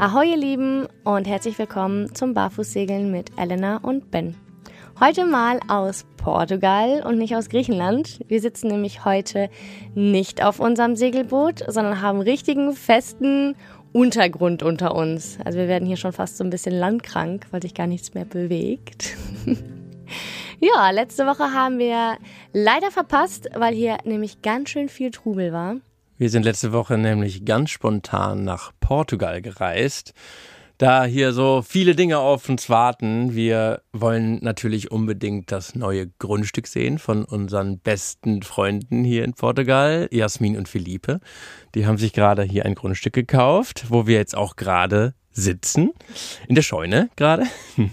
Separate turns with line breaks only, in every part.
Ahoi ihr Lieben und herzlich willkommen zum Barfußsegeln mit Elena und Ben. Heute mal aus Portugal und nicht aus Griechenland. Wir sitzen nämlich heute nicht auf unserem Segelboot, sondern haben richtigen, festen Untergrund unter uns. Also wir werden hier schon fast so ein bisschen landkrank, weil sich gar nichts mehr bewegt. Ja, letzte Woche haben wir leider verpasst, weil hier nämlich ganz schön viel Trubel war.
Wir sind letzte Woche nämlich ganz spontan nach Portugal gereist, da hier so viele Dinge auf uns warten. Wir wollen natürlich unbedingt das neue Grundstück sehen von unseren besten Freunden hier in Portugal, Jasmin und Felipe. Die haben sich gerade hier ein Grundstück gekauft, wo wir jetzt auch gerade sitzen, in der Scheune gerade.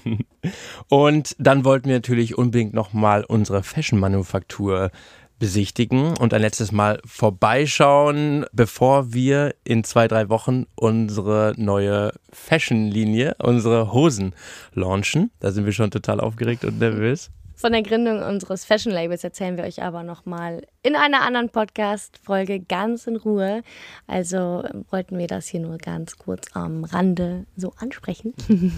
Und dann wollten wir natürlich unbedingt nochmal unsere Fashion-Manufaktur besichtigen und ein letztes Mal vorbeischauen, bevor wir in 2-3 Wochen unsere neue Fashion-Linie, unsere Hosen launchen. Da sind wir schon total aufgeregt und nervös.
Von der Gründung unseres Fashion-Labels erzählen wir euch aber nochmal in einer anderen Podcast-Folge ganz in Ruhe. Also wollten wir das hier nur ganz kurz am Rande so ansprechen.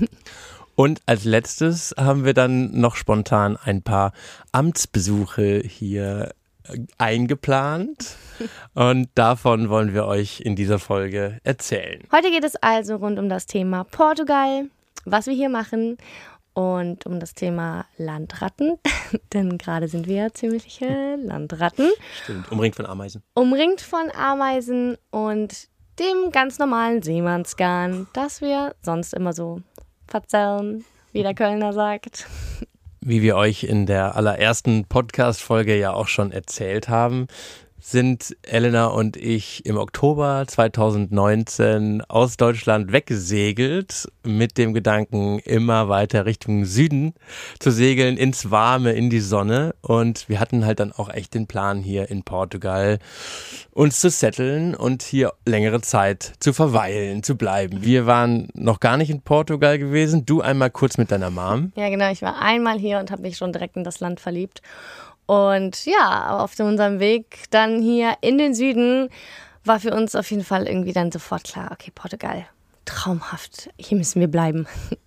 Und als letztes haben wir dann noch spontan ein paar Amtsbesuche hier eingeplant und davon wollen wir euch in dieser Folge erzählen.
Heute geht es also rund um das Thema Portugal, was wir hier machen und um das Thema Landratten, denn gerade sind wir ja ziemliche Landratten.
Stimmt, umringt von Ameisen.
Umringt von Ameisen und dem ganz normalen Seemannsgarn, das wir sonst immer so verzellen, wie der Kölner sagt.
Wie wir euch in der allerersten Podcast-Folge ja auch schon erzählt haben, sind Elena und ich im Oktober 2019 aus Deutschland weggesegelt mit dem Gedanken, immer weiter Richtung Süden zu segeln, ins Warme, in die Sonne. Und wir hatten halt dann auch echt den Plan, hier in Portugal uns zu setteln und hier längere Zeit zu verweilen, zu bleiben. Wir waren noch gar nicht in Portugal gewesen. Du einmal kurz mit deiner Mom.
Ja, genau. Ich war einmal hier und habe mich schon direkt in das Land verliebt. Und ja, auf unserem Weg dann hier in den Süden war für uns auf jeden Fall irgendwie dann sofort klar, okay, Portugal, traumhaft, hier müssen wir bleiben.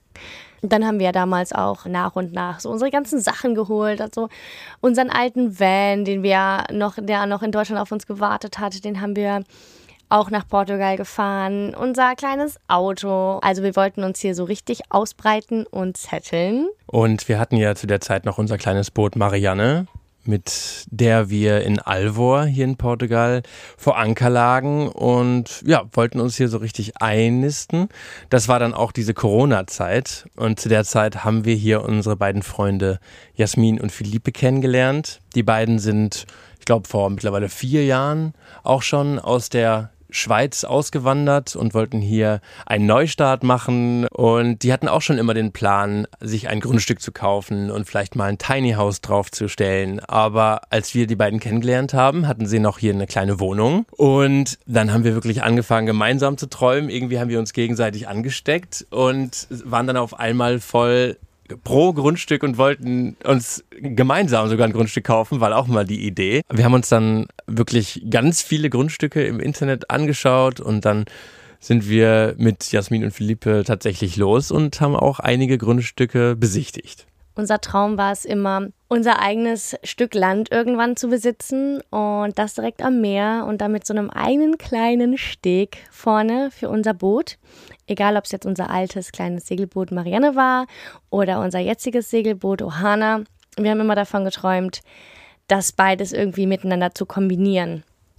Und dann haben wir damals auch nach und nach so unsere ganzen Sachen geholt, also unseren alten Van, der noch in Deutschland auf uns gewartet hat, den haben wir auch nach Portugal gefahren, unser kleines Auto. Also wir wollten uns hier so richtig ausbreiten und setteln.
Und wir hatten ja zu der Zeit noch unser kleines Boot Marianne, mit der wir in Alvor hier in Portugal vor Anker lagen und ja, wollten uns hier so richtig einnisten. Das war dann auch diese Corona-Zeit und zu der Zeit haben wir hier unsere beiden Freunde Jasmin und Felipe kennengelernt. Die beiden sind, ich glaube, vor mittlerweile 4 Jahren auch schon aus der Schweiz ausgewandert und wollten hier einen Neustart machen und die hatten auch schon immer den Plan, sich ein Grundstück zu kaufen und vielleicht mal ein Tiny House draufzustellen, aber als wir die beiden kennengelernt haben, hatten sie noch hier eine kleine Wohnung und dann haben wir wirklich angefangen gemeinsam zu träumen, irgendwie haben wir uns gegenseitig angesteckt und waren dann auf einmal voll pro Grundstück und wollten uns gemeinsam sogar ein Grundstück kaufen, war auch mal die Idee. Wir haben uns dann wirklich ganz viele Grundstücke im Internet angeschaut und dann sind wir mit Jasmin und Felipe tatsächlich los und haben auch einige Grundstücke besichtigt.
Unser Traum war es immer, unser eigenes Stück Land irgendwann zu besitzen und das direkt am Meer und dann mit so einem eigenen kleinen Steg vorne für unser Boot. Egal, ob es jetzt unser altes kleines Segelboot Marianne war oder unser jetziges Segelboot Ohana. Wir haben immer davon geträumt, das beides irgendwie miteinander zu kombinieren.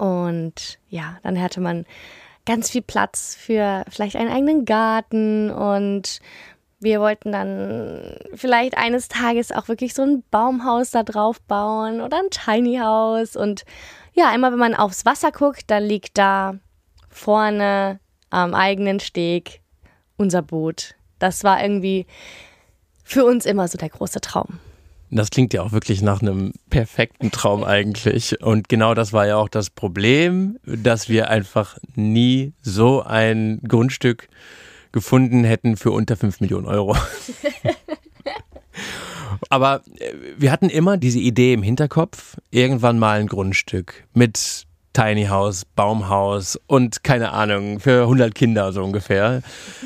Und ja, dann hatte man ganz viel Platz für vielleicht einen eigenen Garten und wir wollten dann vielleicht eines Tages auch wirklich so ein Baumhaus da drauf bauen oder ein Tiny House. Und ja, immer wenn man aufs Wasser guckt, dann liegt da vorne am eigenen Steg unser Boot. Das war irgendwie für uns immer so der große Traum.
Das klingt ja auch wirklich nach einem perfekten Traum eigentlich. Und genau das war ja auch das Problem, dass wir einfach nie so ein Grundstück gefunden hätten für unter 5 Millionen Euro. Aber wir hatten immer diese Idee im Hinterkopf, irgendwann mal ein Grundstück mit Tiny House, Baumhaus und keine Ahnung, für 100 Kinder so ungefähr.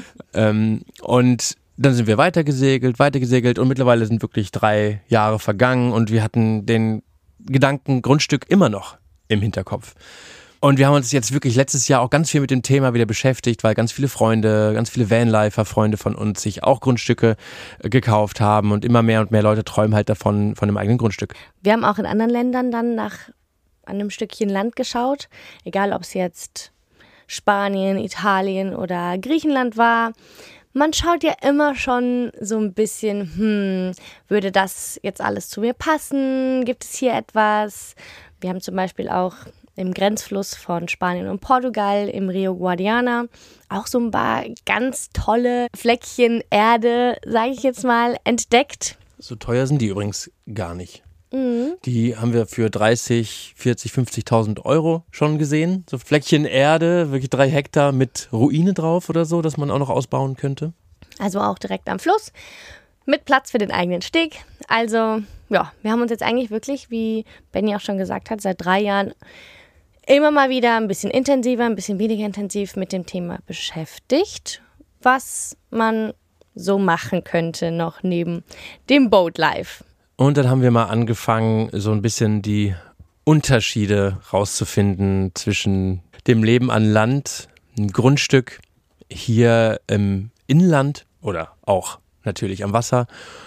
Und dann sind wir weitergesegelt und mittlerweile sind wirklich 3 Jahre vergangen und wir hatten den Gedanken Grundstück immer noch im Hinterkopf. Und wir haben uns jetzt wirklich letztes Jahr auch ganz viel mit dem Thema wieder beschäftigt, weil ganz viele Freunde, ganz viele Vanlifer-Freunde von uns sich auch Grundstücke gekauft haben und immer mehr und mehr Leute träumen halt davon, von einem eigenen Grundstück.
Wir haben auch in anderen Ländern dann nach einem Stückchen Land geschaut, egal ob es jetzt Spanien, Italien oder Griechenland war. Man schaut ja immer schon so ein bisschen, würde das jetzt alles zu mir passen? Gibt es hier etwas? Wir haben zum Beispiel auch im Grenzfluss von Spanien und Portugal, im Rio Guadiana, auch so ein paar ganz tolle Fleckchen Erde, sage ich jetzt mal, entdeckt.
So teuer sind die übrigens gar nicht. Die haben wir für 30, 40, 50.000 Euro schon gesehen. So Fleckchen Erde, wirklich 3 Hektar mit Ruine drauf oder so, dass man auch noch ausbauen könnte.
Also auch direkt am Fluss, mit Platz für den eigenen Steg. Also ja, wir haben uns jetzt eigentlich wirklich, wie Benny auch schon gesagt hat, seit 3 Jahren immer mal wieder ein bisschen intensiver, ein bisschen weniger intensiv mit dem Thema beschäftigt, was man so machen könnte noch neben dem Boatlife.
Und dann haben wir mal angefangen, so ein bisschen die Unterschiede rauszufinden zwischen dem Leben an Land, ein Grundstück hier im Inland oder auch natürlich am Wasser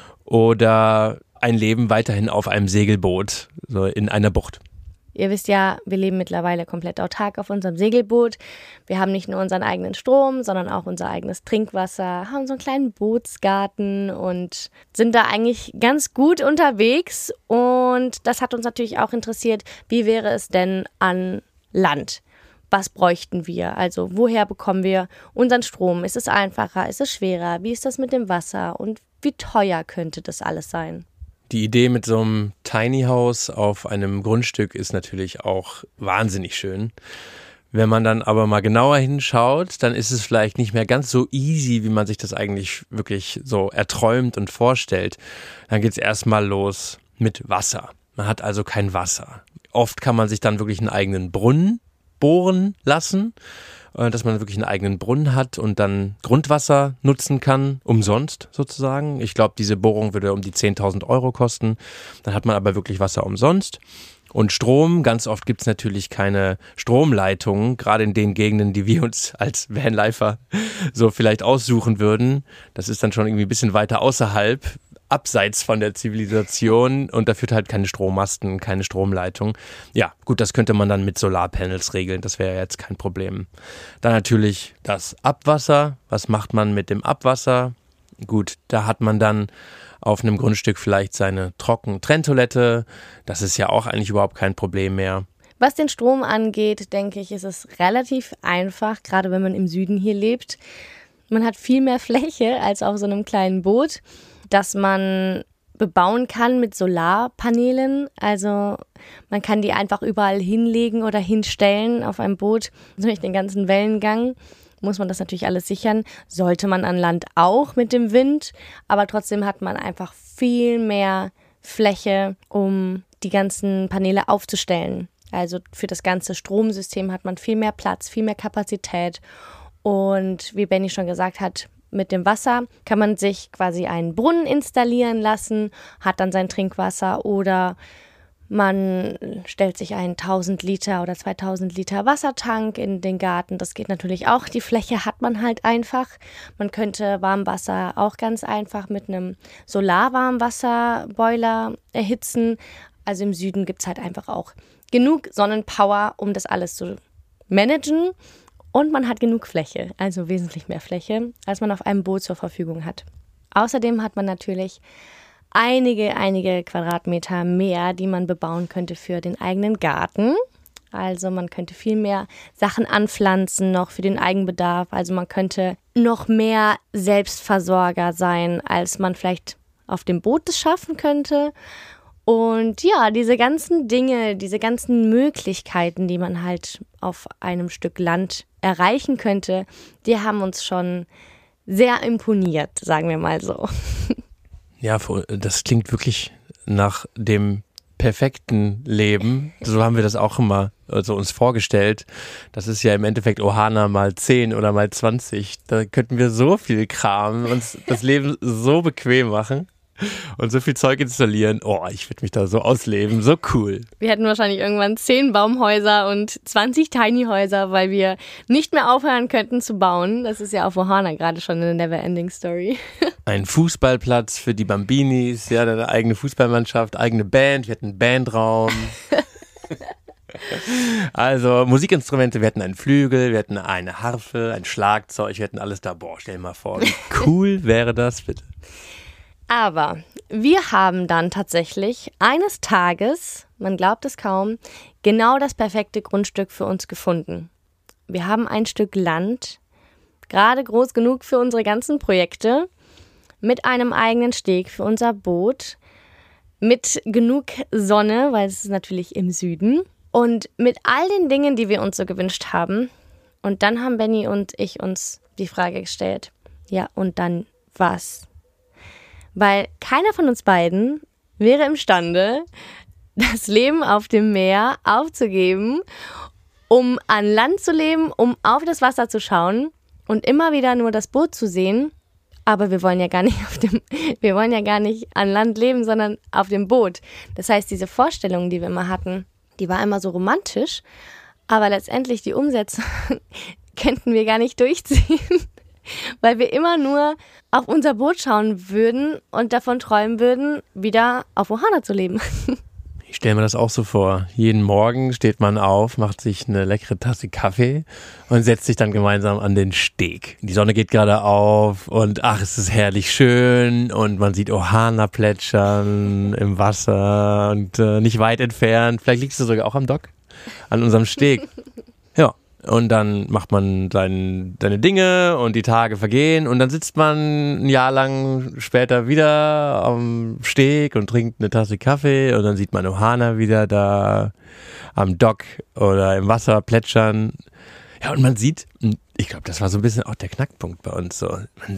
oder ein Leben weiterhin auf einem Segelboot, so in einer Bucht.
Ihr wisst ja, wir leben mittlerweile komplett autark auf unserem Segelboot. Wir haben nicht nur unseren eigenen Strom, sondern auch unser eigenes Trinkwasser, haben so einen kleinen Bootsgarten und sind da eigentlich ganz gut unterwegs. Und das hat uns natürlich auch interessiert, wie wäre es denn an Land? Was bräuchten wir? Also woher bekommen wir unseren Strom? Ist es einfacher? Ist es schwerer? Wie ist das mit dem Wasser? Und wie teuer könnte das alles sein?
Die Idee mit so einem Tiny House auf einem Grundstück ist natürlich auch wahnsinnig schön. Wenn man dann aber mal genauer hinschaut, dann ist es vielleicht nicht mehr ganz so easy, wie man sich das eigentlich wirklich so erträumt und vorstellt. Dann geht es erstmal los mit Wasser. Man hat also kein Wasser. Oft kann man sich dann wirklich einen eigenen Brunnen bohren lassen, dass man wirklich einen eigenen Brunnen hat und dann Grundwasser nutzen kann, umsonst sozusagen. Ich glaube, diese Bohrung würde um die 10.000 Euro kosten. Dann hat man aber wirklich Wasser umsonst. Und Strom, ganz oft gibt es natürlich keine Stromleitungen, gerade in den Gegenden, die wir uns als Vanlifer so vielleicht aussuchen würden. Das ist dann schon irgendwie ein bisschen weiter außerhalb, abseits von der Zivilisation und da führt halt keine Strommasten, keine Stromleitung. Ja, gut, das könnte man dann mit Solarpanels regeln, das wäre jetzt kein Problem. Dann natürlich das Abwasser. Was macht man mit dem Abwasser? Gut, da hat man dann auf einem Grundstück vielleicht seine Trocken-Trenntoilette. Das ist ja auch eigentlich überhaupt kein Problem mehr.
Was den Strom angeht, denke ich, ist es relativ einfach, gerade wenn man im Süden hier lebt. Man hat viel mehr Fläche als auf so einem kleinen Boot, dass man bebauen kann mit Solarpanelen. Also man kann die einfach überall hinlegen oder hinstellen auf einem Boot. Durch den ganzen Wellengang muss man das natürlich alles sichern. Sollte man an Land auch mit dem Wind. Aber trotzdem hat man einfach viel mehr Fläche, um die ganzen Paneele aufzustellen. Also für das ganze Stromsystem hat man viel mehr Platz, viel mehr Kapazität. Und wie Benny schon gesagt hat, mit dem Wasser kann man sich quasi einen Brunnen installieren lassen, hat dann sein Trinkwasser oder man stellt sich einen 1000 Liter oder 2000 Liter Wassertank in den Garten. Das geht natürlich auch. Die Fläche hat man halt einfach. Man könnte Warmwasser auch ganz einfach mit einem Solarwarmwasserboiler erhitzen. Also im Süden gibt es halt einfach auch genug Sonnenpower, um das alles zu managen. Und man hat genug Fläche, also wesentlich mehr Fläche, als man auf einem Boot zur Verfügung hat. Außerdem hat man natürlich einige Quadratmeter mehr, die man bebauen könnte für den eigenen Garten. Also man könnte viel mehr Sachen anpflanzen, noch für den Eigenbedarf. Also man könnte noch mehr Selbstversorger sein, als man vielleicht auf dem Boot es schaffen könnte. Und ja, diese ganzen Dinge, diese ganzen Möglichkeiten, die man halt auf einem Stück Land erreichen könnte, die haben uns schon sehr imponiert, sagen wir mal so.
Ja, das klingt wirklich nach dem perfekten Leben, so haben wir das auch immer uns vorgestellt. Das ist ja im Endeffekt Ohana mal 10 oder mal 20. Da könnten wir so viel Kram, uns das Leben so bequem machen und so viel Zeug installieren. Oh, ich würde mich da so ausleben, so cool.
Wir hätten wahrscheinlich irgendwann 10 Baumhäuser und 20 Tiny Häuser, weil wir nicht mehr aufhören könnten zu bauen. Das ist ja auf Ohana gerade schon eine Never-Ending Story.
Ein Fußballplatz für die Bambinis, ja, eine eigene Fußballmannschaft, eigene Band, wir hatten einen Bandraum. Also Musikinstrumente, wir hatten einen Flügel, wir hatten eine Harfe, ein Schlagzeug, wir hatten alles da. Boah, stell dir mal vor, wie cool wäre das bitte.
Aber wir haben dann tatsächlich eines Tages, man glaubt es kaum, genau das perfekte Grundstück für uns gefunden. Wir haben ein Stück Land, gerade groß genug für unsere ganzen Projekte, mit einem eigenen Steg für unser Boot, mit genug Sonne, weil es ist natürlich im Süden, und mit all den Dingen, die wir uns so gewünscht haben. Und dann haben Benny und ich uns die Frage gestellt, ja, und dann was? Weil keiner von uns beiden wäre imstande, das Leben auf dem Meer aufzugeben, um an Land zu leben, um auf das Wasser zu schauen und immer wieder nur das Boot zu sehen. Aber wir wollen ja gar nicht an Land leben, sondern auf dem Boot. Das heißt, diese Vorstellungen, die wir immer hatten, die war immer so romantisch, aber letztendlich die Umsetzung könnten wir gar nicht durchziehen. Weil wir immer nur auf unser Boot schauen würden und davon träumen würden, wieder auf Ohana zu leben.
Ich stelle mir das auch so vor. Jeden Morgen steht man auf, macht sich eine leckere Tasse Kaffee und setzt sich dann gemeinsam an den Steg. Die Sonne geht gerade auf und ach, es ist herrlich schön und man sieht Ohana plätschern im Wasser und nicht weit entfernt. Vielleicht liegst du sogar auch am Dock, an unserem Steg. Ja. Und dann macht man seine Dinge und die Tage vergehen und dann sitzt man ein Jahr lang später wieder am Steg und trinkt eine Tasse Kaffee und dann sieht man Ohana wieder da am Dock oder im Wasser plätschern. Ja, und man sieht, ich glaube, das war so ein bisschen auch der Knackpunkt bei uns so.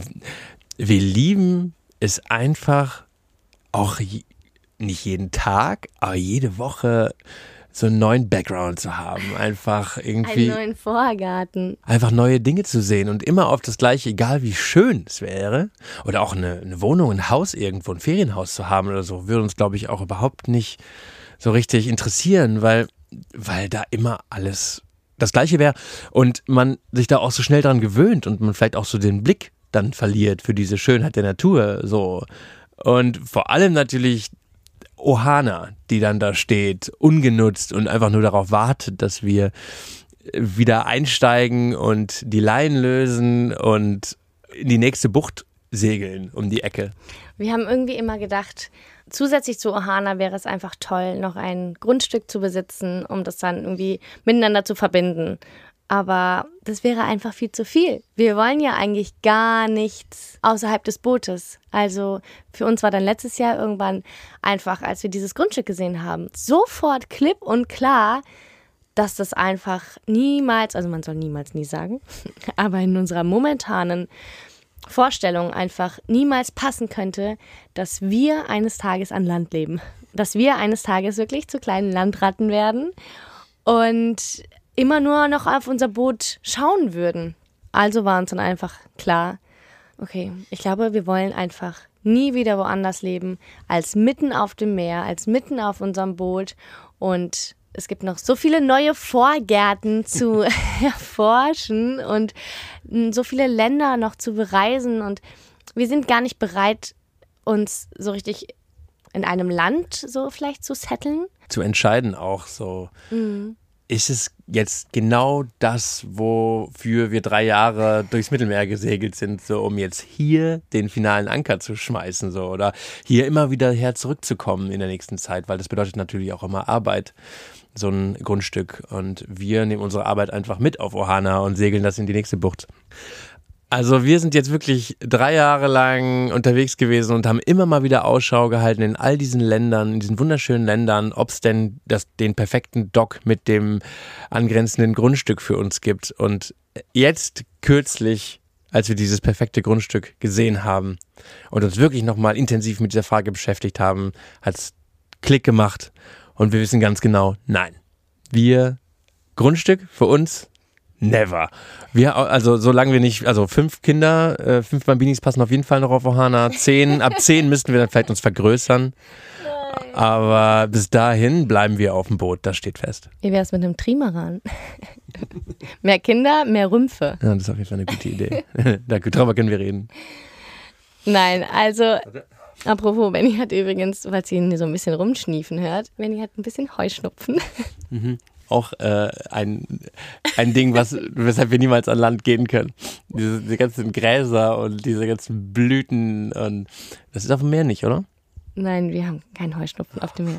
Wir lieben es einfach auch nicht jeden Tag, aber jede Woche so einen neuen Background zu haben, einfach irgendwie
einen neuen Vorgarten.
Einfach neue Dinge zu sehen und immer auf das Gleiche, egal wie schön es wäre. Oder auch eine Wohnung, ein Haus irgendwo, ein Ferienhaus zu haben oder so, würde uns, glaube ich, auch überhaupt nicht so richtig interessieren, weil da immer alles das Gleiche wäre und man sich da auch so schnell dran gewöhnt und man vielleicht auch so den Blick dann verliert für diese Schönheit der Natur, so. Und vor allem natürlich Ohana, die dann da steht, ungenutzt und einfach nur darauf wartet, dass wir wieder einsteigen und die Leinen lösen und in die nächste Bucht segeln um die Ecke.
Wir haben irgendwie immer gedacht, zusätzlich zu Ohana wäre es einfach toll, noch ein Grundstück zu besitzen, um das dann irgendwie miteinander zu verbinden. Aber das wäre einfach viel zu viel. Wir wollen ja eigentlich gar nichts außerhalb des Bootes. Also für uns war dann letztes Jahr irgendwann einfach, als wir dieses Grundstück gesehen haben, sofort klipp und klar, dass das einfach niemals, also man soll niemals nie sagen, aber in unserer momentanen Vorstellung einfach niemals passen könnte, dass wir eines Tages an Land leben. Dass wir eines Tages wirklich zu kleinen Landratten werden und immer nur noch auf unser Boot schauen würden. Also war uns dann einfach klar, okay, ich glaube, wir wollen einfach nie wieder woanders leben, als mitten auf dem Meer, als mitten auf unserem Boot. Und es gibt noch so viele neue Vorgärten zu erforschen und so viele Länder noch zu bereisen. Und wir sind gar nicht bereit, uns so richtig in einem Land so vielleicht zu setteln.
Zu entscheiden auch so. Ist es jetzt genau das, wofür wir 3 Jahre durchs Mittelmeer gesegelt sind, so um jetzt hier den finalen Anker zu schmeißen, so, oder hier immer wieder her zurückzukommen in der nächsten Zeit, weil das bedeutet natürlich auch immer Arbeit, so ein Grundstück, und wir nehmen unsere Arbeit einfach mit auf Ohana und segeln das in die nächste Bucht. Also wir sind jetzt wirklich 3 Jahre lang unterwegs gewesen und haben immer mal wieder Ausschau gehalten in all diesen Ländern, in diesen wunderschönen Ländern, ob es denn den perfekten Dock mit dem angrenzenden Grundstück für uns gibt. Und jetzt kürzlich, als wir dieses perfekte Grundstück gesehen haben und uns wirklich nochmal intensiv mit dieser Frage beschäftigt haben, hat es Klick gemacht und wir wissen ganz genau, nein, Grundstück für uns, never. Also solange wir nicht, also 5 Kinder, 5 Bambinis passen auf jeden Fall noch auf Ohana, ab 10 müssten wir dann vielleicht uns vergrößern. Nein. Aber bis dahin bleiben wir auf dem Boot, das steht fest.
Wie wäre es mit einem Trimaran? Mehr Kinder, mehr Rümpfe.
Ja, das ist auf jeden Fall eine gute Idee. Darüber können wir reden. Nein,
also, apropos, Benni hat übrigens, falls ihr ihn so ein bisschen rumschniefen hört, Benni hat ein bisschen Heuschnupfen.
Mhm. Auch ein Ding, weshalb wir niemals an Land gehen können. Diese ganzen Gräser und diese ganzen Blüten. Und das ist auf dem Meer nicht, oder?
Nein, wir haben keinen Heuschnupfen auf dem Meer.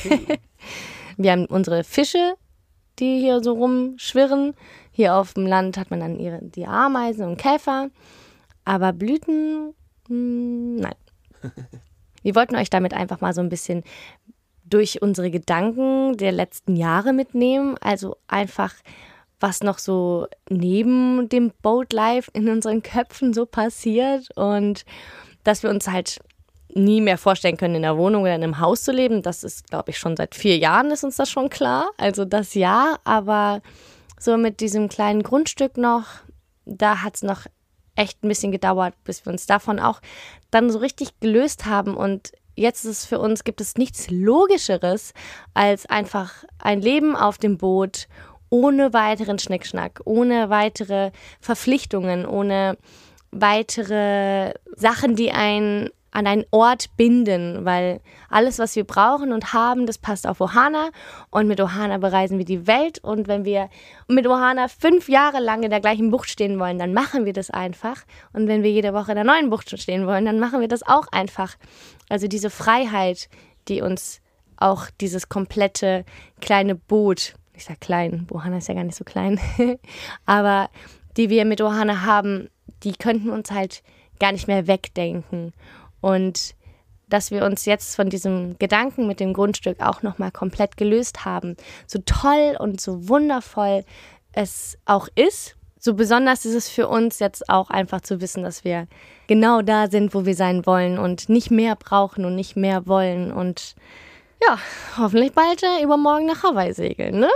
Wir haben unsere Fische, die hier so rumschwirren. Hier auf dem Land hat man dann die Ameisen und Käfer. Aber Blüten, nein. Wir wollten euch damit einfach mal so ein bisschen durch unsere Gedanken der letzten Jahre mitnehmen. Also einfach, was noch so neben dem Boatlife in unseren Köpfen so passiert. Und dass wir uns halt nie mehr vorstellen können, in einer Wohnung oder in einem Haus zu leben. Das ist, glaube ich, schon seit 4 Jahren ist uns das schon klar. Also das ja, aber so mit diesem kleinen Grundstück noch, da hat es noch echt ein bisschen gedauert, bis wir uns davon auch dann so richtig gelöst haben. Und jetzt ist es für uns, gibt es nichts Logischeres als einfach ein Leben auf dem Boot ohne weiteren Schnickschnack, ohne weitere Verpflichtungen, ohne weitere Sachen, die einen an einen Ort binden, weil alles, was wir brauchen und haben, das passt auf Ohana und mit Ohana bereisen wir die Welt und wenn wir mit Ohana 5 Jahre lang in der gleichen Bucht stehen wollen, dann machen wir das einfach und wenn wir jede Woche in der neuen Bucht stehen wollen, dann machen wir das auch einfach. Also diese Freiheit, die uns auch dieses komplette kleine Boot, ich sag klein, Ohana ist ja gar nicht so klein, aber die wir mit Ohana haben, die könnten uns halt gar nicht mehr wegdenken. Und dass wir uns jetzt von diesem Gedanken mit dem Grundstück auch nochmal komplett gelöst haben. So toll und so wundervoll es auch ist, so besonders ist es für uns jetzt auch einfach zu wissen, dass wir genau da sind, wo wir sein wollen und nicht mehr brauchen und nicht mehr wollen. Und ja, hoffentlich bald übermorgen nach Hawaii segeln, ne?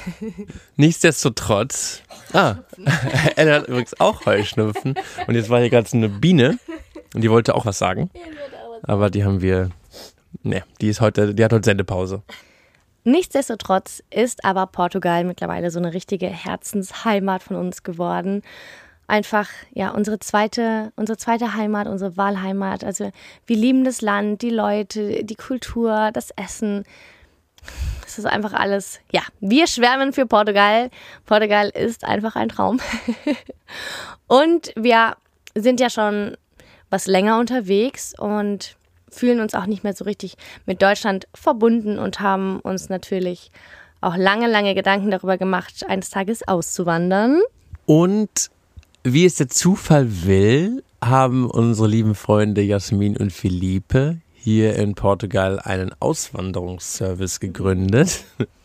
Nichtsdestotrotz, Ella hat übrigens auch Heuschnupfen und jetzt war hier gerade so eine Biene. Und die wollte auch was sagen. Aber die hat heute Sendepause.
Nichtsdestotrotz ist aber Portugal mittlerweile so eine richtige Herzensheimat von uns geworden. Einfach, ja, unsere zweite Heimat, unsere Wahlheimat. Also wir lieben das Land, die Leute, die Kultur, das Essen. Das ist einfach alles, ja, wir schwärmen für Portugal. Portugal ist einfach ein Traum. Und wir sind ja schon was länger unterwegs und fühlen uns auch nicht mehr so richtig mit Deutschland verbunden und haben uns natürlich auch lange Gedanken darüber gemacht, eines Tages auszuwandern.
Und wie es der Zufall will, haben unsere lieben Freunde Jasmin und Felipe hier in Portugal einen Auswanderungsservice gegründet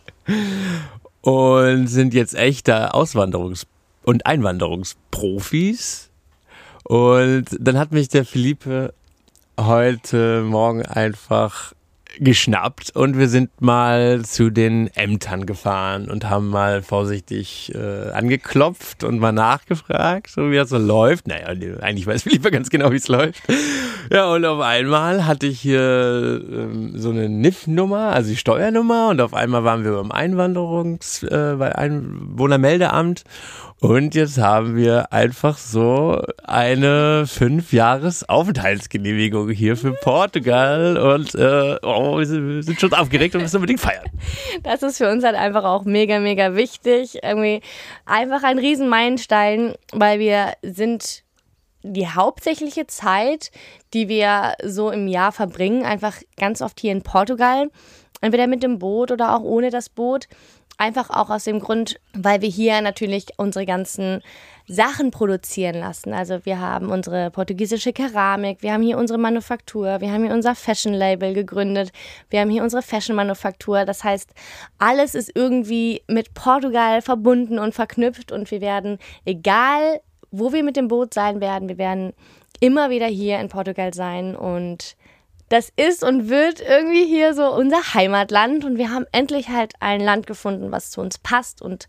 und sind jetzt echte Auswanderungs- und Einwanderungsprofis. Und dann hat mich der Felipe heute Morgen einfach geschnappt und wir sind mal zu den Ämtern gefahren und haben mal vorsichtig angeklopft und mal nachgefragt, so wie das so läuft. Naja, eigentlich weiß Felipe ganz genau, wie es läuft. Ja, und auf einmal hatte ich hier so eine NIF-Nummer, also die Steuernummer, und auf einmal waren wir beim bei Einwohnermeldeamt. Und jetzt haben wir einfach so eine 5-Jahres-Aufenthaltsgenehmigung hier für Portugal und wir sind schon aufgeregt und müssen unbedingt feiern.
Das ist für uns halt einfach auch mega wichtig. Irgendwie einfach ein Riesenmeilenstein, weil wir sind die hauptsächliche Zeit, die wir so im Jahr verbringen, einfach ganz oft hier in Portugal. Entweder mit dem Boot oder auch ohne das Boot. Einfach auch aus dem Grund, weil wir hier natürlich unsere ganzen Sachen produzieren lassen. Also wir haben unsere portugiesische Keramik, wir haben hier unsere Manufaktur, wir haben hier unser Fashion-Label gegründet, wir haben hier unsere Fashion-Manufaktur. Das heißt, alles ist irgendwie mit Portugal verbunden und verknüpft und wir werden, egal wo wir mit dem Boot sein werden, wir werden immer wieder hier in Portugal sein und das ist und wird irgendwie hier so unser Heimatland und wir haben endlich halt ein Land gefunden, was zu uns passt und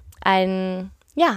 ein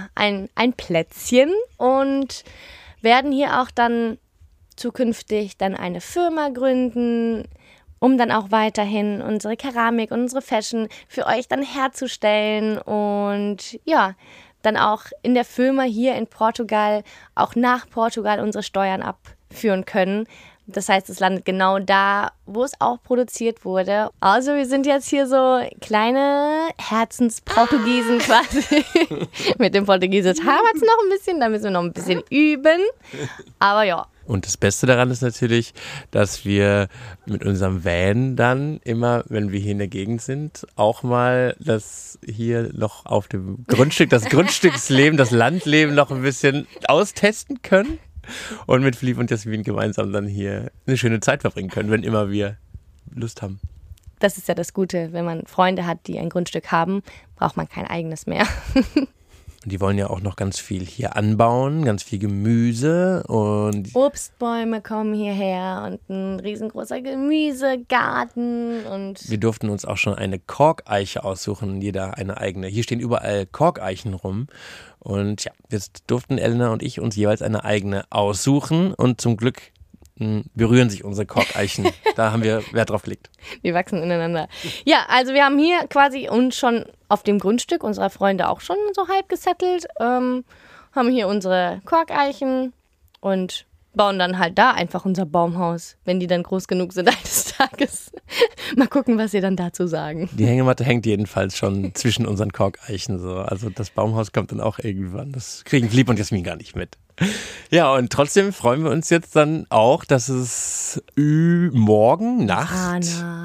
Plätzchen und werden hier auch dann zukünftig dann eine Firma gründen, um dann auch weiterhin unsere Keramik und unsere Fashion für euch dann herzustellen und ja, dann auch in der Firma hier in Portugal, auch nach Portugal unsere Steuern abführen können. Das heißt, es landet genau da, wo es auch produziert wurde. Also wir sind jetzt hier so kleine Herzensportugiesen quasi. Mit dem Portugiesisch haben wir es noch ein bisschen, da müssen wir noch ein bisschen üben. Aber ja.
Und das Beste daran ist natürlich, dass wir mit unserem Van dann immer, wenn wir hier in der Gegend sind, auch mal das hier noch auf dem Grundstück, das Grundstücksleben, das Landleben noch ein bisschen austesten können. Und mit Philipp und Jasmin gemeinsam dann hier eine schöne Zeit verbringen können, wenn immer wir Lust haben.
Das ist ja das Gute, wenn man Freunde hat, die ein Grundstück haben, braucht man kein eigenes mehr.
Und die wollen ja auch noch ganz viel hier anbauen, ganz viel Gemüse und
Obstbäume kommen hierher und ein riesengroßer Gemüsegarten und
wir durften uns auch schon eine Korkeiche aussuchen, jeder eine eigene. Hier stehen überall Korkeichen rum und ja, jetzt durften Elena und ich uns jeweils eine eigene aussuchen und zum Glück berühren sich unsere Korkeichen. Da haben wir Wert drauf gelegt.
Die wachsen ineinander. Ja, also wir haben hier quasi uns schon auf dem Grundstück unserer Freunde auch schon so halb gesettelt, haben hier unsere Korkeichen und bauen dann halt da einfach unser Baumhaus, wenn die dann groß genug sind eines Tages. Mal gucken, was sie dann dazu sagen.
Die Hängematte hängt jedenfalls schon zwischen unseren Korkeichen so. Also das Baumhaus kommt dann auch irgendwann. Das kriegen Philipp und Jasmin gar nicht mit. Ja, und trotzdem freuen wir uns jetzt dann auch, dass es morgen Nacht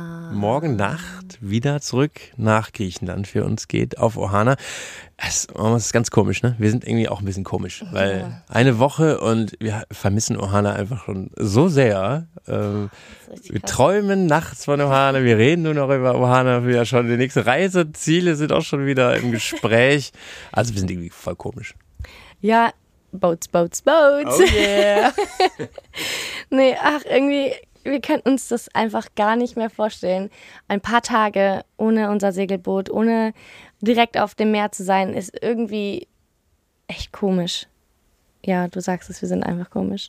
wieder zurück nach Griechenland für uns geht, auf Ohana. Es ist ganz komisch, ne? Wir sind irgendwie auch ein bisschen komisch, weil eine Woche und wir vermissen Ohana einfach schon so sehr. Wir träumen nachts von Ohana, wir reden nur noch über Ohana, wieder schon die nächsten Reiseziele sind auch schon wieder im Gespräch. Also wir sind irgendwie voll komisch.
Ja, Boats.
Oh yeah.
Nee, irgendwie, wir können uns das einfach gar nicht mehr vorstellen. Ein paar Tage ohne unser Segelboot, ohne direkt auf dem Meer zu sein, ist irgendwie echt komisch. Ja, du sagst es, wir sind einfach komisch.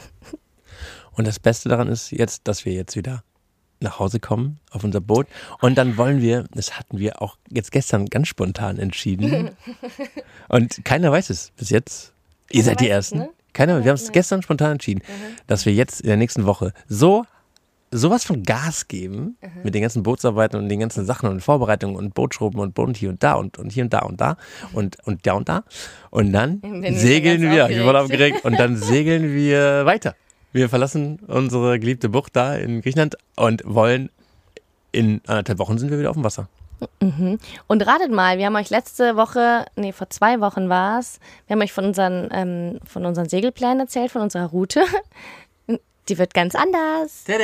Und das Beste daran ist jetzt, dass wir jetzt wieder nach Hause kommen auf unser Boot und dann wollen wir, das hatten wir auch jetzt gestern ganz spontan entschieden und keiner weiß es bis jetzt. Ihr seid die Ersten. Ne? Wir haben es gestern spontan entschieden, dass wir jetzt in der nächsten Woche sowas von Gas geben mit den ganzen Bootsarbeiten und den ganzen Sachen und Vorbereitungen und Bootschrubben und Boot hier und da und hier und da und da und da und da und dann segeln wir, ich wurde aufgeregt, und dann segeln wir weiter. Wir verlassen unsere geliebte Bucht da in Griechenland und wollen in 1,5 Wochen sind wir wieder auf dem Wasser.
Mhm. Und ratet mal, wir haben euch vor 2 Wochen war es, wir haben euch von unseren Segelplänen erzählt, von unserer Route. Die wird ganz anders.
Tada!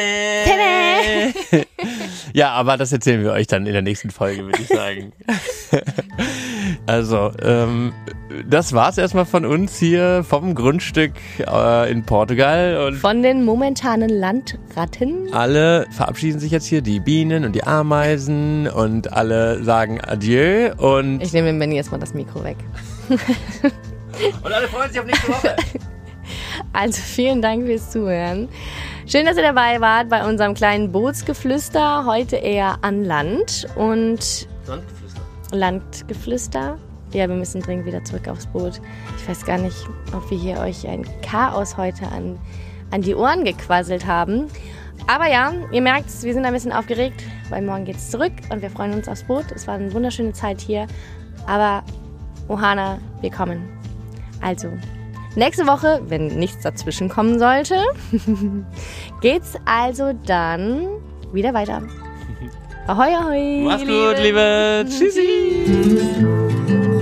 Tada! Ja, aber das erzählen wir euch dann in der nächsten Folge, würde ich sagen. Also, das war's erstmal von uns hier vom Grundstück in Portugal. Und
von den momentanen Landratten.
Alle verabschieden sich jetzt hier, die Bienen und die Ameisen und alle sagen Adieu. Und
ich nehme dem Benni erstmal das Mikro weg.
Und alle freuen sich auf nächste Woche.
Also vielen Dank fürs Zuhören. Schön, dass ihr dabei wart bei unserem kleinen Bootsgeflüster. Heute eher an Land und Landgeflüster. Ja, wir müssen dringend wieder zurück aufs Boot. Ich weiß gar nicht, ob wir hier euch ein Chaos heute an die Ohren gequasselt haben. Aber ja, ihr merkt, wir sind ein bisschen aufgeregt, weil morgen geht's zurück und wir freuen uns aufs Boot. Es war eine wunderschöne Zeit hier. Aber Ohana, wir kommen. Also, nächste Woche, wenn nichts dazwischen kommen sollte, geht's also dann wieder weiter. Ahoi, ahoi.
Mach's gut, Liebe. Tschüssi.